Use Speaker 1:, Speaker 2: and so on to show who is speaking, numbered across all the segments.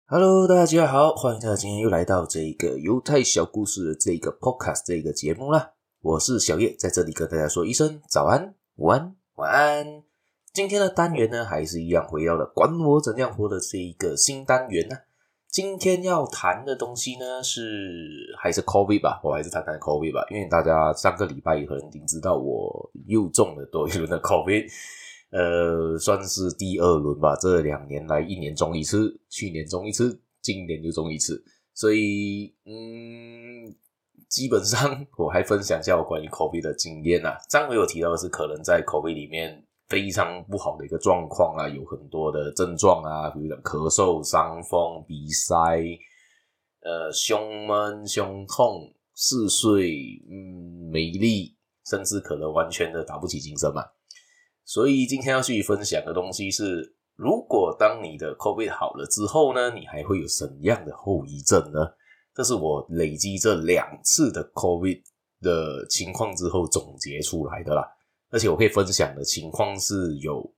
Speaker 1: Hello， 大家好，欢迎大家今天又来到这个犹太小故事的这个 podcast 这个节目啦。我是小叶，在这里跟大家说一声早安、午安、晚安。今天的单元呢，还是一样回到了管我怎样活的这一个新单元呢。今天要谈的东西呢，还是 COVID 吧，我还是谈 COVID 吧，因为大家上个礼拜可能已经知道我又中了多一轮的 COVID。算是第二轮吧，这2年来一年中一次，去年中一次，今年就中一次，所以基本上我还分享一下我关于 COVID 的经验啊。上回有提到的是可能在 COVID 里面非常不好的一个状况啊，有很多的症状啊，比如讲咳嗽、伤风、鼻塞，胸闷、胸痛、嗜睡，没力，甚至可能完全的打不起精神嘛。所以今天要去分享的东西是，如果当你的 COVID 好了之后呢，你还会有什么样的后遗症呢？这是我累积这2次的 COVID 的情况之后总结出来的啦。而且我可以分享的情况是有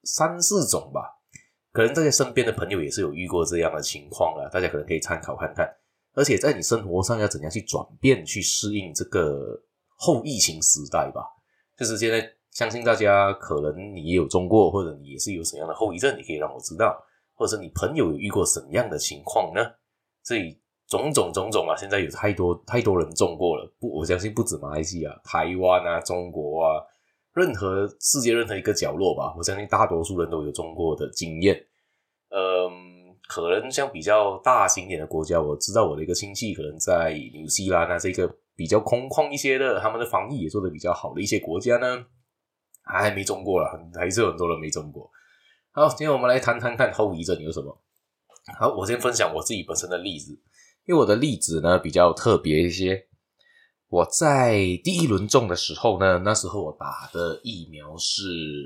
Speaker 1: 3-4种吧，可能大家身边的朋友也是有遇过这样的情况啦，大家可能可以参考看看。而且在你生活上要怎样去转变，去适应这个后疫情时代吧，就是现在相信大家可能你也有中过，或者你也是有什么样的后遗症，你可以让我知道，或者是你朋友有遇过什么样的情况呢？所以种种啊，现在有太多人中过了，我相信不止马来西亚、台湾啊、中国啊，世界任何一个角落吧，我相信大多数人都有中过的经验。可能像比较大型一点的国家，我知道我的一个亲戚可能在纽西兰啊，这个比较空旷一些的，他们的防疫也做得比较好的一些国家呢，还没中过啦，还是有很多人没中过。好，今天我们来谈谈看后遗症有什么。好，我先分享我自己本身的例子，因为我的例子呢比较特别一些。我在第1轮中的时候呢，那时候我打的疫苗是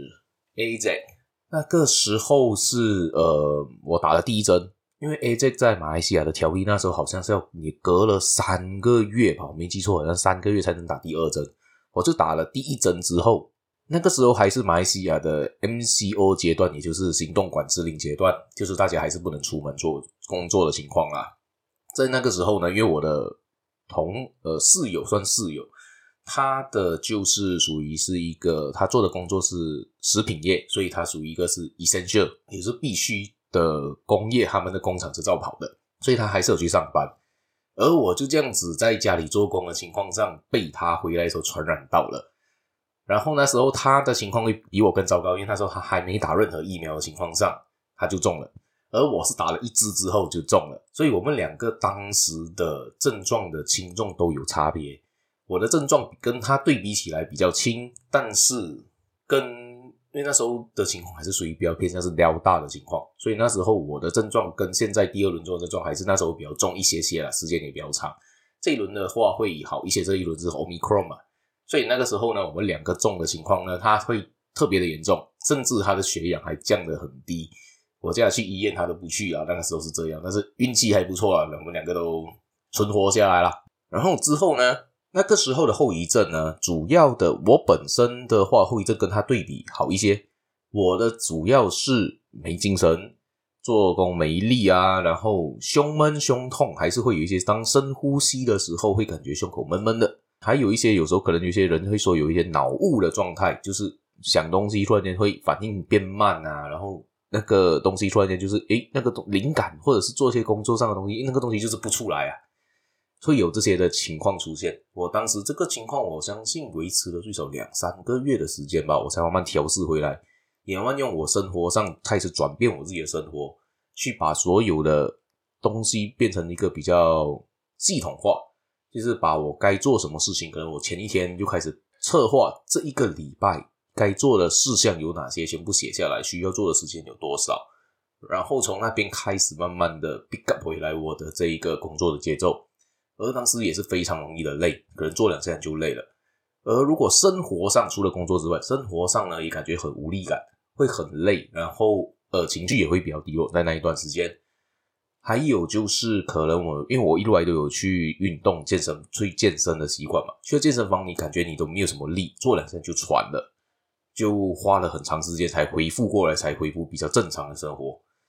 Speaker 1: AZ， 那个时候是我打的第1针，因为 AZ 在马来西亚的条例那时候好像是要你隔了3个月吧，我没记错，好像3个月才能打第2针。我就打了第1针之后，那个时候还是马来西亚的 MCO 阶段，也就是行动管制令阶段，就是大家还是不能出门做工作的情况啦。在那个时候呢，因为我的室友，他的就是属于是一个，他做的工作是食品业，所以他属于一个是 essential， 也是必须的工业，他们的工厂是照跑的，所以他还是有去上班。而我就这样子在家里做工的情况上，被他回来的时候传染到了。然后那时候他的情况会比我更糟糕，因为那时候他还没打任何疫苗的情况上，他就中了。而我是打了1支之后就中了，所以我们2个当时的症状的轻重都有差别。我的症状跟他对比起来比较轻，但是因为那时候的情况还是属于比较偏向是撩大的情况，所以那时候我的症状跟现在第2轮中的症状还是那时候比较重一些啦，时间也比较长。这一轮的话会好一些，这一轮是 Omicron 嘛，所以那个时候呢，我们2个中的情况呢，他会特别的严重，甚至他的血氧还降得很低。我叫他去医院他都不去啊，那个时候是这样，但是运气还不错啊，我们2个都存活下来了。然后之后呢，那个时候的后遗症呢，主要的我本身的话后遗症跟他对比好一些，我的主要是没精神，做工没力啊，然后胸闷胸痛，还是会有一些当深呼吸的时候会感觉胸口闷闷的，还有一些有时候可能有些人会说有一些脑雾的状态，就是想东西突然间会反应变慢啊，然后那个东西突然间就是那个灵感或者是做一些工作上的东西，那个东西就是不出来啊，会有这些的情况出现。我当时这个情况我相信维持了最少2-3个月的时间吧，我才慢慢调试回来，也慢慢用我生活上开始转变我自己的生活，去把所有的东西变成一个比较系统化，就是把我该做什么事情，可能我前一天就开始策划这一个礼拜该做的事项有哪些，全部写下来，需要做的时间有多少，然后从那边开始慢慢的 pick up 回来我的这一个工作的节奏。而当时也是非常容易的累，可能做2下就累了。而如果生活上除了工作之外，生活上呢也感觉很无力感，会很累，然后情绪也会比较低落在那一段时间。还有就是可能因为我一路来都有去运动去健身的习惯嘛，去了健身房你感觉你都没有什么力，做2下就喘了，就花了很长时间才恢复过来，才恢复比较正常的生活。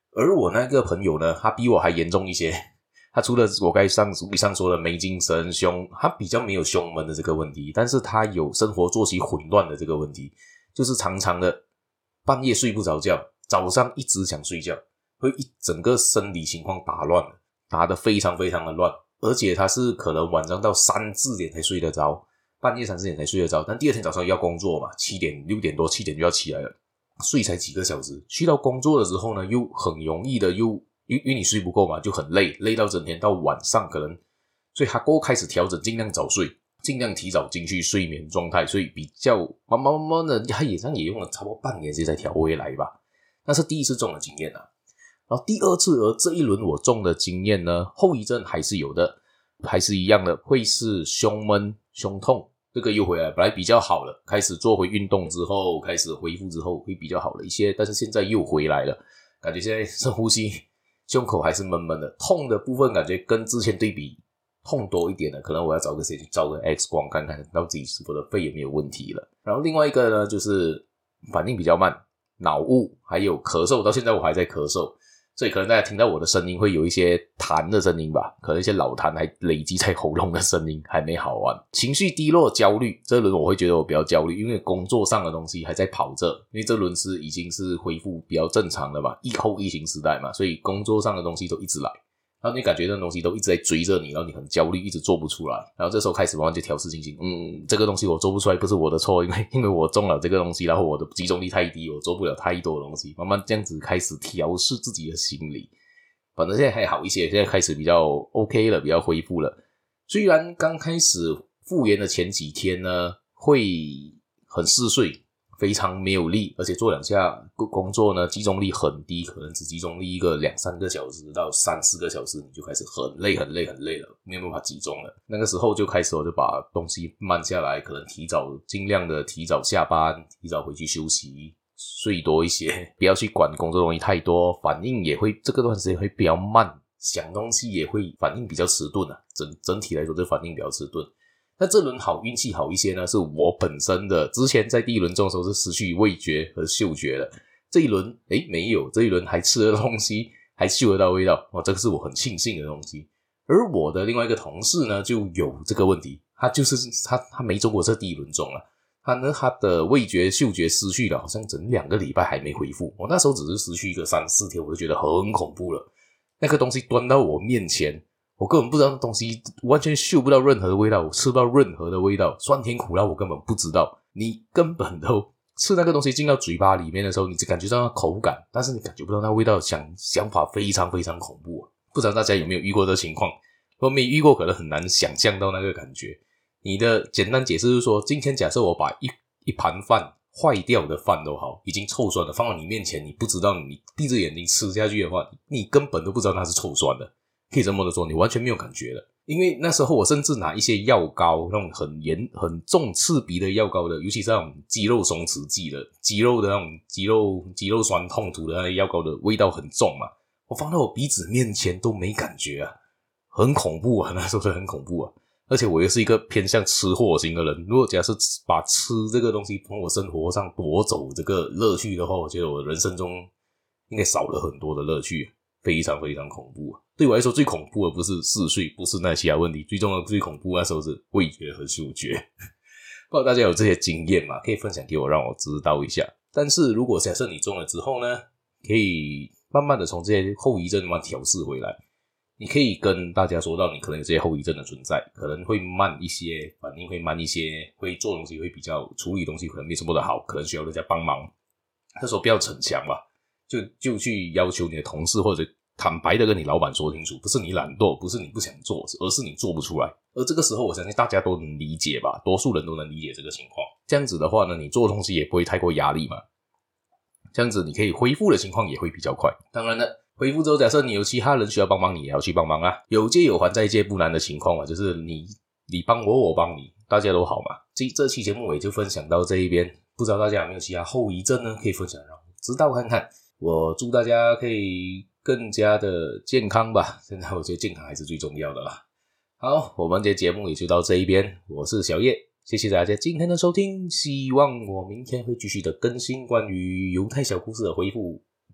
Speaker 1: 而我那个朋友呢，他比我还严重一些。他除了我刚才上说的没精神、他比较没有胸闷的这个问题，但是他有生活作息混乱的这个问题，就是常常的半夜睡不着觉，早上一直想睡觉，会一整个生理情况打乱了，打得非常非常的乱，而且他是可能晚上到3、4点才睡得着，半夜3、4点才睡得着，但第二天早上要工作嘛，6点多7点就要起来了，睡才几个小时，去到工作的时候呢，又很容易的因为你睡不够嘛，就很累到整天到晚上可能，所以他过后开始调整，尽量早睡，尽量提早进去睡眠状态，所以比较慢慢的，他也用了差不多半年才调回来吧。那是第一次中的经验啊。然后第二次，而这一轮我中的经验呢，后遗症还是有的，还是一样的，会是胸闷、胸痛，这个又回来，本来比较好了，开始做回运动之后，开始恢复之后会比较好了一些，但是现在又回来了，感觉现在深呼吸。胸口还是闷闷的，痛的部分感觉跟之前对比痛多一点了，可能我要找个谁去照个 X 光看看到自己是否的肺有没有问题了。然后另外一个呢，就是反应比较慢，脑雾，还有咳嗽，到现在我还在咳嗽，所以可能大家听到我的声音会有一些痰的声音吧，可能一些老痰还累积在喉咙的声音，还没好完。情绪低落、焦虑，这轮我会觉得我比较焦虑，因为工作上的东西还在跑着，因为这轮已经是恢复比较正常了嘛，后疫情时代嘛，所以工作上的东西都一直来，然后你感觉这东西都一直在追着你，然后你很焦虑，一直做不出来，然后这时候开始慢慢就调试心情，这个东西我做不出来不是我的错，因为我中了这个东西，然后我的集中力太低，我做不了太多的东西，慢慢这样子开始调试自己的心理。反正现在还好一些，现在开始比较 OK 了，比较恢复了。虽然刚开始复原的前几天呢，会很嗜睡，非常没有力，而且做2下工作呢，集中力很低，可能只集中力一个2、3个小时到3、4个小时，你就开始很累了，没有办法集中了。那个时候就开始我就把东西慢下来，可能尽量的提早下班，提早回去休息，睡多一些，不要去管工作东西太多，反应也会这个段时间会比较慢，想东西也会反应比较迟钝啊，整体来说这反应比较迟钝。那这轮运气好一些呢，是我本身的之前在第一轮中的时候是失去味觉和嗅觉的，这一轮没有，这一轮还吃得到东西，还嗅得到味道，这个是我很庆幸的东西。而我的另外一个同事呢就有这个问题，他没中过这第一轮中了，他的味觉嗅觉失去了，好像整2个礼拜还没恢复，我那时候只是失去一个3、4天，我就觉得很恐怖了。那个东西端到我面前，我根本不知道那东西，完全嗅不到任何的味道，我吃不到任何的味道，酸甜苦辣我根本不知道，你根本都吃那个东西进到嘴巴里面的时候，你只感觉到那口感，但是你感觉不到那味道，想法非常非常恐怖啊。不知道大家有没有遇过这情况，如果没遇过可能很难想象到那个感觉。你的简单解释是说，今天假设我把一盘饭，坏掉的饭都好，已经臭酸的放到你面前，你不知道，你闭着眼睛吃下去的话，你根本都不知道它是臭酸的，可以这么的说，你完全没有感觉了。因为那时候我甚至拿一些药膏，那种很重刺鼻的药膏的，尤其是那种肌肉松弛剂的，肌肉的那种肌肉酸痛图的那些药膏的味道很重嘛，我放到我鼻子面前都没感觉啊，很恐怖啊，那时候很恐怖啊。而且我又是一个偏向吃货型的人，如果假设把吃这个东西从我生活上夺走这个乐趣的话，我觉得我人生中应该少了很多的乐趣，非常非常恐怖啊。对我来说最恐怖的不是嗜睡，不是那其他问题，最重要最恐怖的那时候是味觉和嗅觉。不知道大家有这些经验吗？可以分享给我，让我知道一下。但是如果假设你中了之后呢，可以慢慢的从这些后遗症慢慢调试回来，你可以跟大家说到你可能有这些后遗症的存在，可能会慢一些，反应会慢一些，会做东西会比较处理东西可能没这么的好，可能需要人家帮忙。这时候不要逞强吧，就去要求你的同事或者坦白的跟你老板说清楚，不是你懒惰，不是你不想做，而是你做不出来。而这个时候我相信大家都能理解吧，多数人都能理解这个情况。这样子的话呢，你做东西也不会太过压力嘛，这样子你可以恢复的情况也会比较快。当然了，恢复之后假设你有其他人需要帮忙，你也要去帮忙啊，有借有还，再借不难的情况嘛，就是你帮我，我帮你，大家都好嘛。这期节目我也就分享到这一边，不知道大家有没有其他后遗症呢？可以分享让我知道看看。我祝大家可以更加的健康吧，现在我觉得健康还是最重要的啦。好，我们这节目也就到这一边，我是小叶，谢谢大家今天的收听，希望我明天会继续的更新关于犹太小故事的回复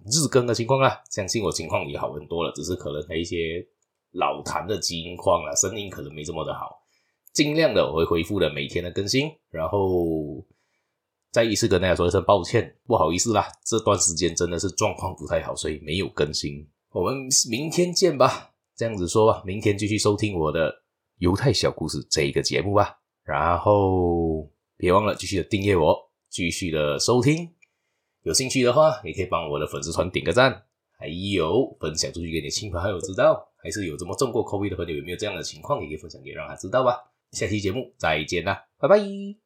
Speaker 1: 日更的情况啦，相信我情况也好很多了，只是可能一些老痰的情况啦，声音可能没这么的好，尽量的我会恢复的每天的更新，然后再一次跟大家说一声抱歉，不好意思啦，这段时间真的是状况不太好，所以没有更新，我们明天见吧，这样子说吧，明天继续收听我的犹太小故事这一个节目吧，然后别忘了继续的订阅我，继续的收听，有兴趣的话也可以帮我的粉丝团点个赞，还有分享出去给你的亲朋好友知道，还是有这么中过 COVID 的朋友有没有这样的情况也可以分享给让他知道吧，下期节目再见啦，拜拜。